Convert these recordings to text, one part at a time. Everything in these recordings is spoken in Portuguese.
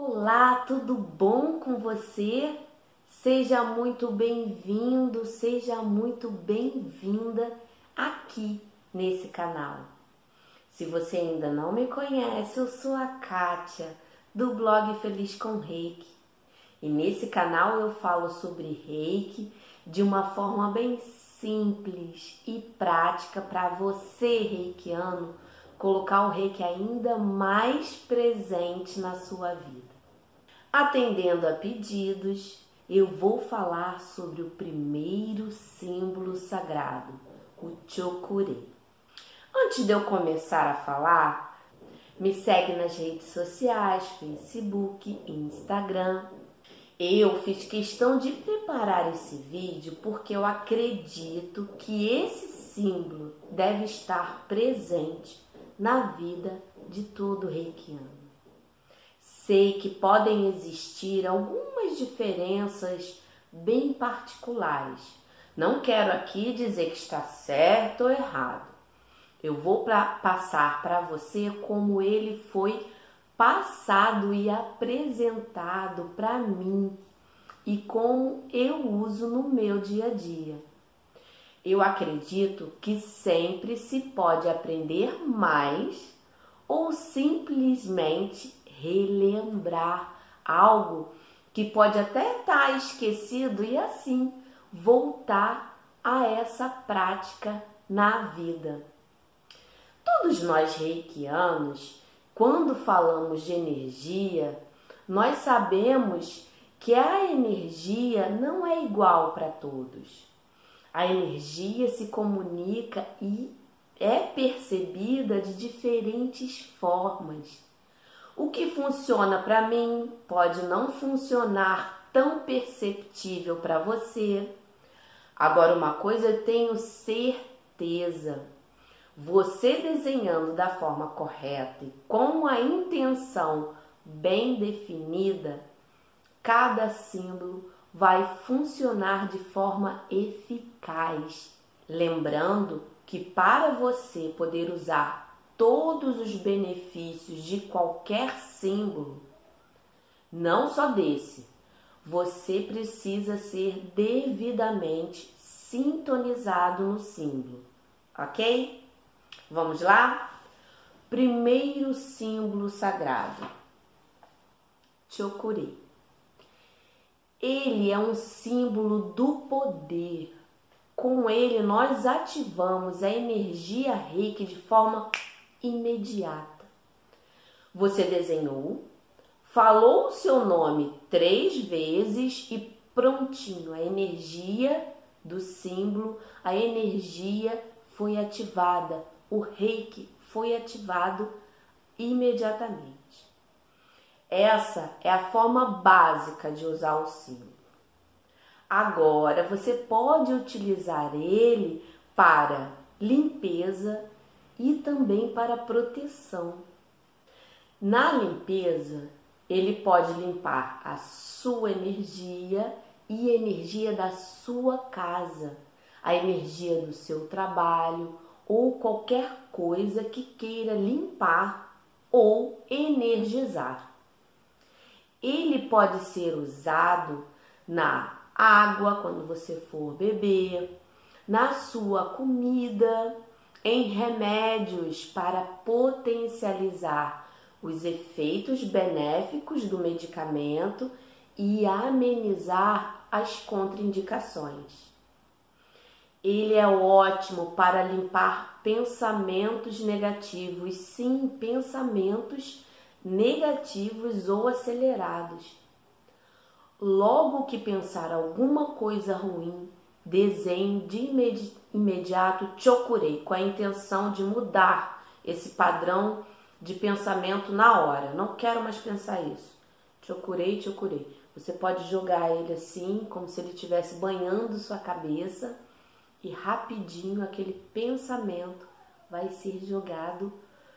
Olá, tudo bom com você? Seja muito bem-vindo, seja muito bem-vinda aqui nesse canal. Se você ainda não me conhece, eu sou a Kátia, do blog Feliz com Reiki. E nesse canal eu falo sobre Reiki de uma forma bem simples e prática para você, reikiano, colocar o Reiki ainda mais presente na sua vida. Atendendo a pedidos, eu vou falar sobre o primeiro símbolo sagrado, o Chokurei. Antes de eu começar a falar, me segue nas redes sociais, Facebook, Instagram. Eu fiz questão de preparar esse vídeo porque eu acredito que esse símbolo deve estar presente na vida de todo reikiano. Sei que podem existir algumas diferenças bem particulares. Não quero aqui dizer que está certo ou errado. Eu vou passar para você como ele foi passado e apresentado para mim e como eu uso no meu dia a dia. Eu acredito que sempre se pode aprender mais ou simplesmente relembrar algo que pode até estar esquecido e assim voltar a essa prática na vida. Todos nós reikianos, quando falamos de energia, nós sabemos que a energia não é igual para todos. A energia se comunica e é percebida de diferentes formas. O que funciona para mim pode não funcionar tão perceptível para você. Agora, uma coisa eu tenho certeza: você desenhando da forma correta e com a intenção bem definida, cada símbolo vai funcionar de forma eficaz. Lembrando que para você poder usar todos os benefícios de qualquer símbolo, não só desse, você precisa ser devidamente sintonizado no símbolo, ok? Vamos lá? Primeiro símbolo sagrado, Chokurei. Ele é um símbolo do poder. Com ele nós ativamos a energia Reiki de forma imediata. Você desenhou, falou o seu nome 3 vezes e prontinho, a energia do símbolo, a energia foi ativada, o Reiki foi ativado imediatamente. Essa é a forma básica de usar o símbolo. Agora você pode utilizar ele para limpeza e também para proteção. Na limpeza, ele pode limpar a sua energia e a energia da sua casa, a energia do seu trabalho ou qualquer coisa que queira limpar ou energizar. Ele pode ser usado na água, quando você for beber, na sua comida, em remédios para potencializar os efeitos benéficos do medicamento e amenizar as contraindicações. Ele é ótimo para limpar pensamentos negativos, sim, pensamentos negativos ou acelerados. Logo que pensar alguma coisa ruim, desenhe de imediato Chokurei, com a intenção de mudar esse padrão de pensamento na hora. Não quero mais pensar isso. Chokurei, Chokurei. Você pode jogar ele assim, como se ele estivesse banhando sua cabeça, e rapidinho aquele pensamento vai ser jogado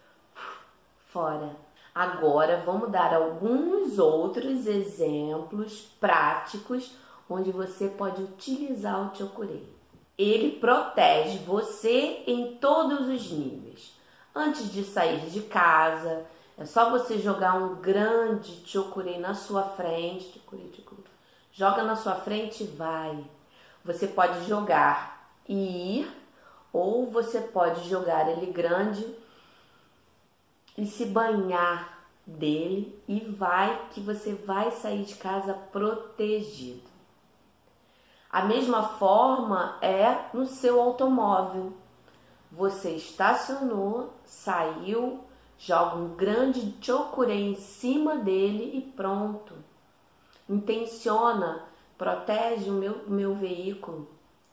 fora. Agora vamos dar alguns outros exemplos práticos onde você pode utilizar o Chokurei. Ele protege você em todos os níveis. Antes de sair de casa, É só você jogar um grande chokurei na sua frente, joga na sua frente e vai. Você pode jogar e ir, ou você pode jogar ele grande e se banhar dele e vai que você vai sair de casa protegido. A mesma forma é no seu automóvel. Você estacionou, saiu, joga um grande chokurei em cima dele e pronto. Intenciona, protege o meu veículo.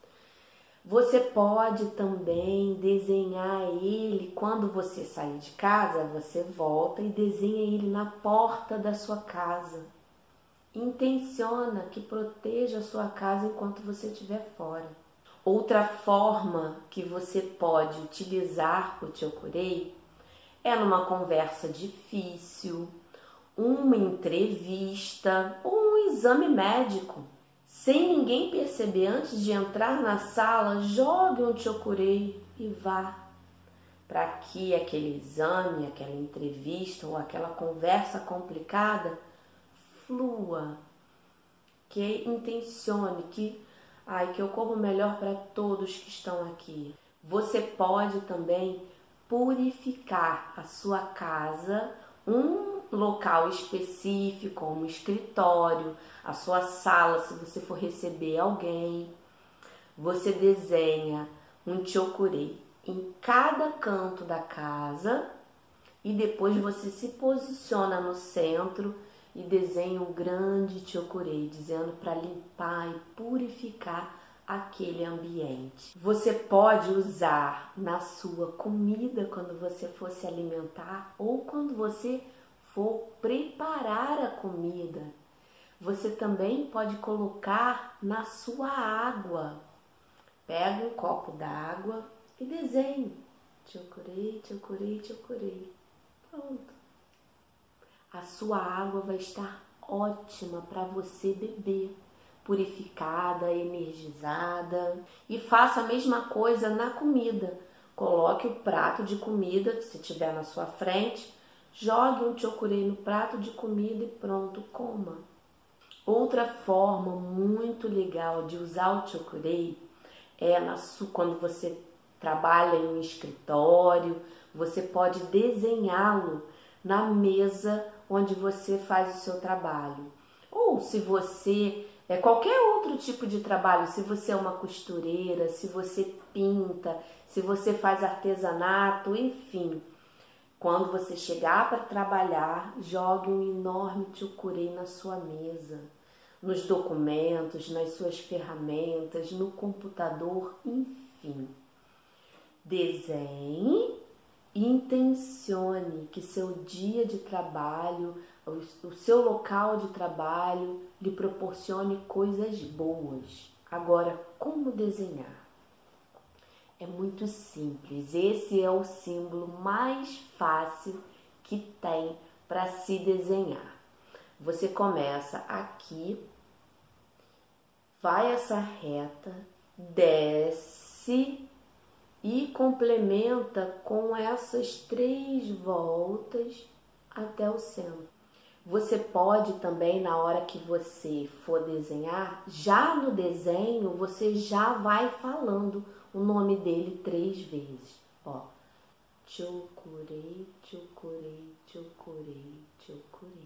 Você pode também desenhar ele quando você sair de casa, você volta e desenha ele na porta da sua casa. Intenciona que proteja a sua casa enquanto você estiver fora. Outra forma que você pode utilizar o chokurei é numa conversa difícil, uma entrevista ou um exame médico. Sem ninguém perceber antes de entrar na sala, jogue um chokurei e vá. Para que aquele exame, aquela entrevista ou aquela conversa complicada flua. Que intencione, que ocorra o melhor para todos que estão aqui. Você pode também purificar a sua casa, um local específico, como um escritório, a sua sala, se você for receber alguém. Você desenha um chokurei em cada canto da casa e depois você se posiciona no centro e desenha um grande chokurei, dizendo para limpar e purificar aquele ambiente. Você pode usar na sua comida quando você for se alimentar ou quando você for preparar a comida. Você também pode colocar na sua água. Pega um copo d'água e desenhe chokurei, chokurei, chokurei. Pronto. A sua água vai estar ótima para você beber, purificada, energizada. E faça a mesma coisa na comida. Coloque o prato de comida, se tiver na sua frente, jogue um chokurei no prato de comida e pronto, coma. Outra forma muito legal de usar o chokurei é quando você trabalha em um escritório, você pode desenhá-lo na mesa onde você faz o seu trabalho. Ou se você qualquer outro tipo de trabalho, se você é uma costureira, se você pinta, se você faz artesanato, enfim. Quando você chegar para trabalhar, jogue um enorme chokurei na sua mesa, nos documentos, nas suas ferramentas, no computador, enfim. Desenhe. Intencione que seu dia de trabalho, o seu local de trabalho lhe proporcione coisas boas. Agora, como desenhar? É muito simples. Esse é o símbolo mais fácil que tem para se desenhar. Você começa aqui, vai essa reta, desce e complementa com essas 3 voltas até o centro. Você pode também, na hora que você for desenhar, já no desenho, você já vai falando o nome dele 3 vezes. Ó, chokurei, chokurei, chokurei, chokurei.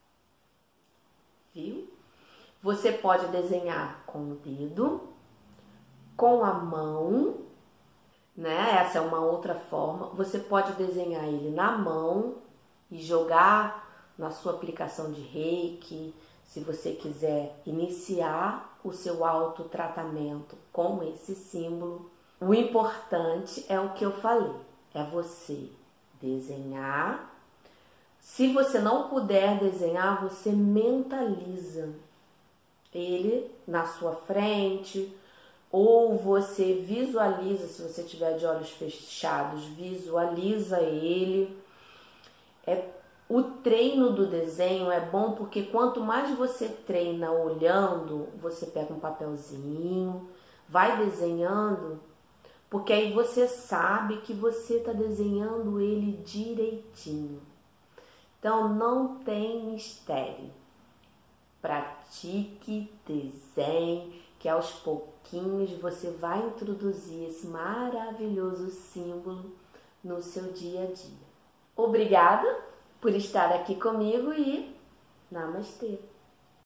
Viu? Você pode desenhar com o dedo, com a mão, né? Essa é uma outra forma. Você pode desenhar ele na mão e jogar na sua aplicação de Reiki, se você quiser iniciar o seu autotratamento com esse símbolo. O importante é o que eu falei, é você desenhar. Se você não puder desenhar, você mentaliza ele na sua frente, ou você visualiza, se você tiver de olhos fechados, visualiza ele. O treino do desenho é bom porque quanto mais você treina olhando, você pega um papelzinho, vai desenhando, porque aí você sabe que você está desenhando ele direitinho. Então não tem mistério. Pratique, desenhe, que aos pouquinhos você vai introduzir esse maravilhoso símbolo no seu dia a dia. Obrigada por estar aqui comigo e Namastê!